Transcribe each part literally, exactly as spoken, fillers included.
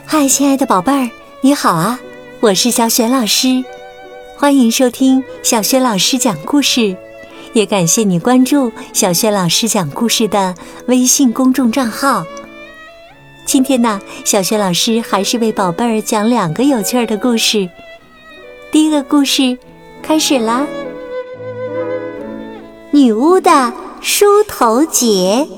嗨，亲爱的宝贝儿，你好啊！我是小雪老师，欢迎收听小雪老师讲故事，也感谢你关注小雪老师讲故事的微信公众账号。今天呢，小雪老师还是为宝贝儿讲两个有趣的故事。第一个故事开始啦！女巫的梳头节。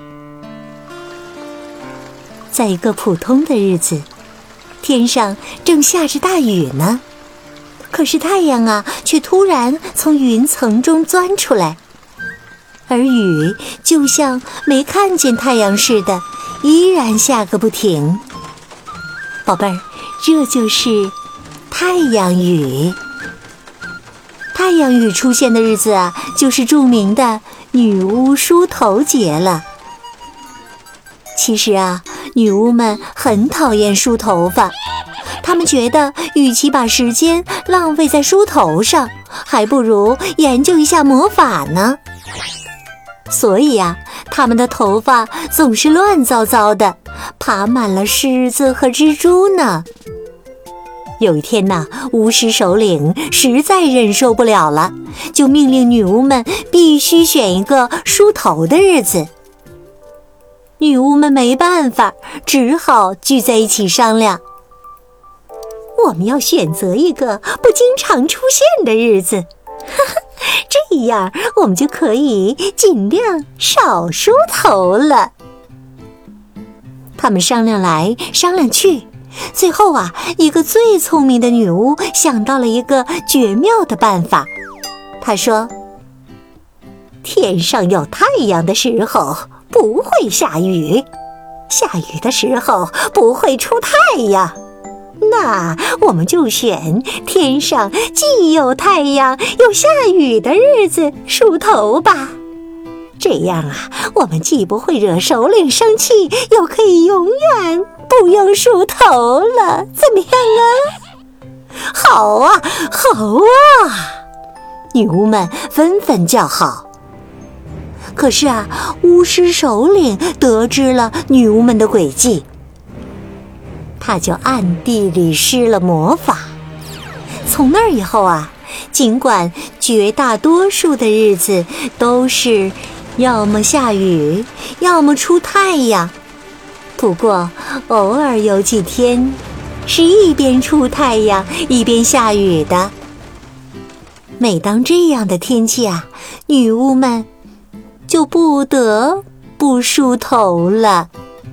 在一个普通的日子，天上正下着大雨呢，可是太阳啊，却突然从云层中钻出来，而雨就像没看见太阳似的，依然下个不停。宝贝儿，这就是太阳雨。太阳雨出现的日子啊，就是著名的女巫梳头节了。其实啊，女巫们很讨厌梳头发，她们觉得与其把时间浪费在梳头上，还不如研究一下魔法呢。所以啊，她们的头发总是乱糟糟的，爬满了虱子和蜘蛛呢。有一天呐，巫师首领实在忍受不了了，就命令女巫们必须选一个梳头的日子。女巫们没办法，只好聚在一起商量。我们要选择一个不经常出现的日子，呵呵，这样我们就可以尽量少梳头了。他们商量来商量去，最后啊，一个最聪明的女巫想到了一个绝妙的办法。她说：天上有太阳的时候不会下雨，下雨的时候不会出太阳，那我们就选天上既有太阳又下雨的日子梳头吧。这样啊，我们既不会惹首领生气，又可以永远不用梳头了，怎么样啊？好啊，好啊！女巫们纷纷叫好。可是啊，巫师首领得知了女巫们的诡计，他就暗地里施了魔法。从那以后啊，尽管绝大多数的日子都是要么下雨，要么出太阳，不过偶尔有几天是一边出太阳一边下雨的。每当这样的天气啊，女巫们就不得不梳头了。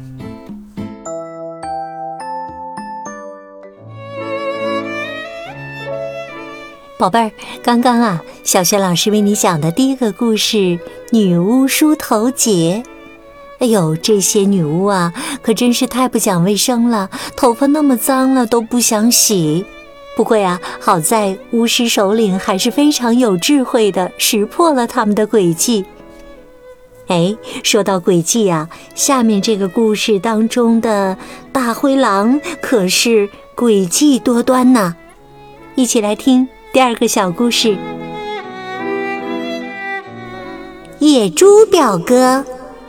宝贝儿，刚刚啊，小雪老师为你讲的第一个故事，女巫梳头节。哎呦，这些女巫啊，可真是太不讲卫生了，头发那么脏了都不想洗。不过呀，好在巫师首领还是非常有智慧的，识破了他们的诡计。哎，说到诡计啊，下面这个故事当中的大灰狼可是诡计多端呢。一起来听第二个小故事。野猪表哥。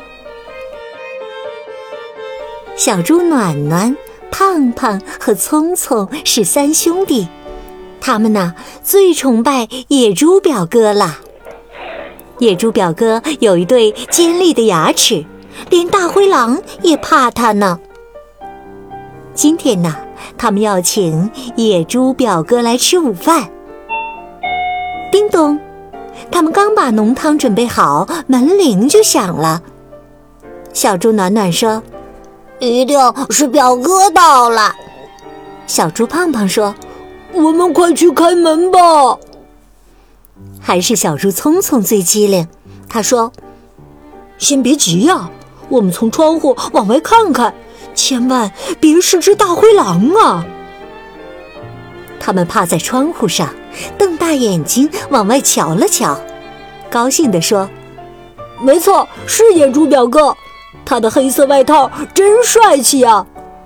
小猪暖暖、胖胖和聪聪是三兄弟，他们呢最崇拜野猪表哥了。野猪表哥有一对尖利的牙齿，连大灰狼也怕他呢。今天呢，他们要请野猪表哥来吃午饭。叮咚，他们刚把浓汤准备好，门铃就响了。小猪暖暖说：一定是表哥到了。小猪胖胖说：我们快去开门吧。还是小猪聪聪最机灵，他说：先别急呀，我们从窗户往外看看，千万别是只大灰狼啊。他们趴在窗户上，瞪大眼睛往外瞧了瞧，高兴地说：没错，是野猪表哥，他的黑色外套真帅气啊。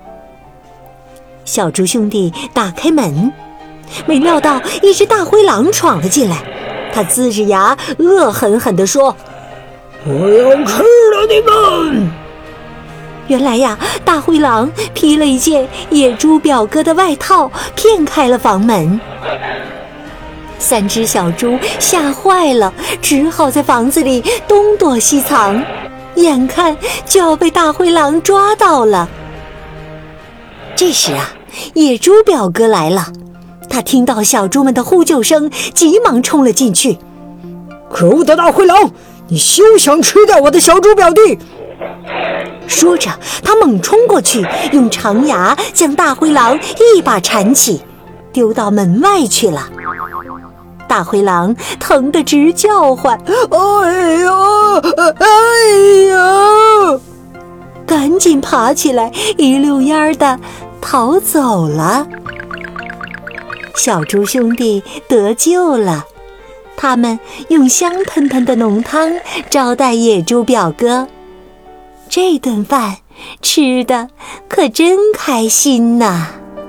小猪兄弟打开门，没料到一只大灰狼闯了进来，他呲着牙恶狠狠地说：我要吃了你们！ 原来呀，大灰狼披了一件野猪表哥的外套，骗开了房门。三只小猪吓坏了，只好在房子里东躲西藏，眼看就要被大灰狼抓到了。这时啊，野猪表哥来了，他听到小猪们的呼救声，急忙冲了进去。 可恶的大灰狼，你休想吃掉我的小猪表弟！ 说着，他猛冲过去，用长牙将大灰狼一把缠起，丢到门外去了。大灰狼疼得直叫唤，哎呀，哎呀！赶紧爬起来，一溜烟儿的逃走了。小猪兄弟得救了，他们用香喷喷的浓汤招待野猪表哥，这顿饭吃得可真开心呐！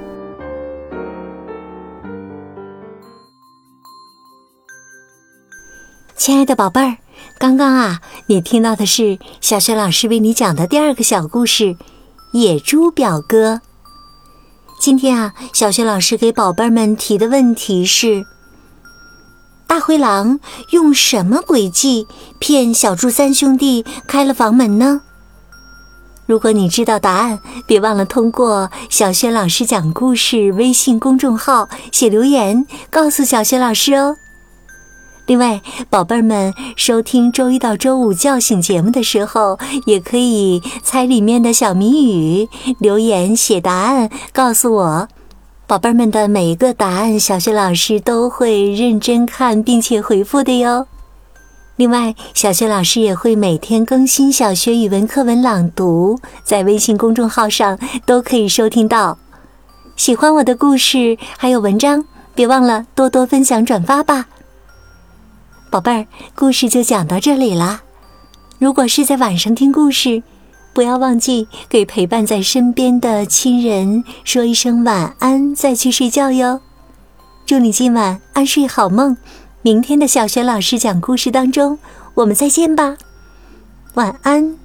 亲爱的宝贝儿，刚刚啊，你听到的是小雪老师为你讲的第二个小故事《野猪表哥》。今天啊，小雪老师给宝贝们提的问题是：大灰狼用什么诡计骗小猪三兄弟开了房门呢？如果你知道答案，别忘了通过小雪老师讲故事微信公众号写留言告诉小雪老师哦。另外，宝贝们收听周一到周五叫醒节目的时候，也可以猜里面的小谜语，留言写答案告诉我。宝贝们的每一个答案，小雪老师都会认真看并且回复的哟。另外，小雪老师也会每天更新小学语文课文朗读，在微信公众号上都可以收听到。喜欢我的故事还有文章，别忘了多多分享转发吧。宝贝儿，故事就讲到这里啦。如果是在晚上听故事，不要忘记给陪伴在身边的亲人说一声晚安，再去睡觉哟。祝你今晚安睡好梦，明天的小学老师讲故事当中，我们再见吧。晚安。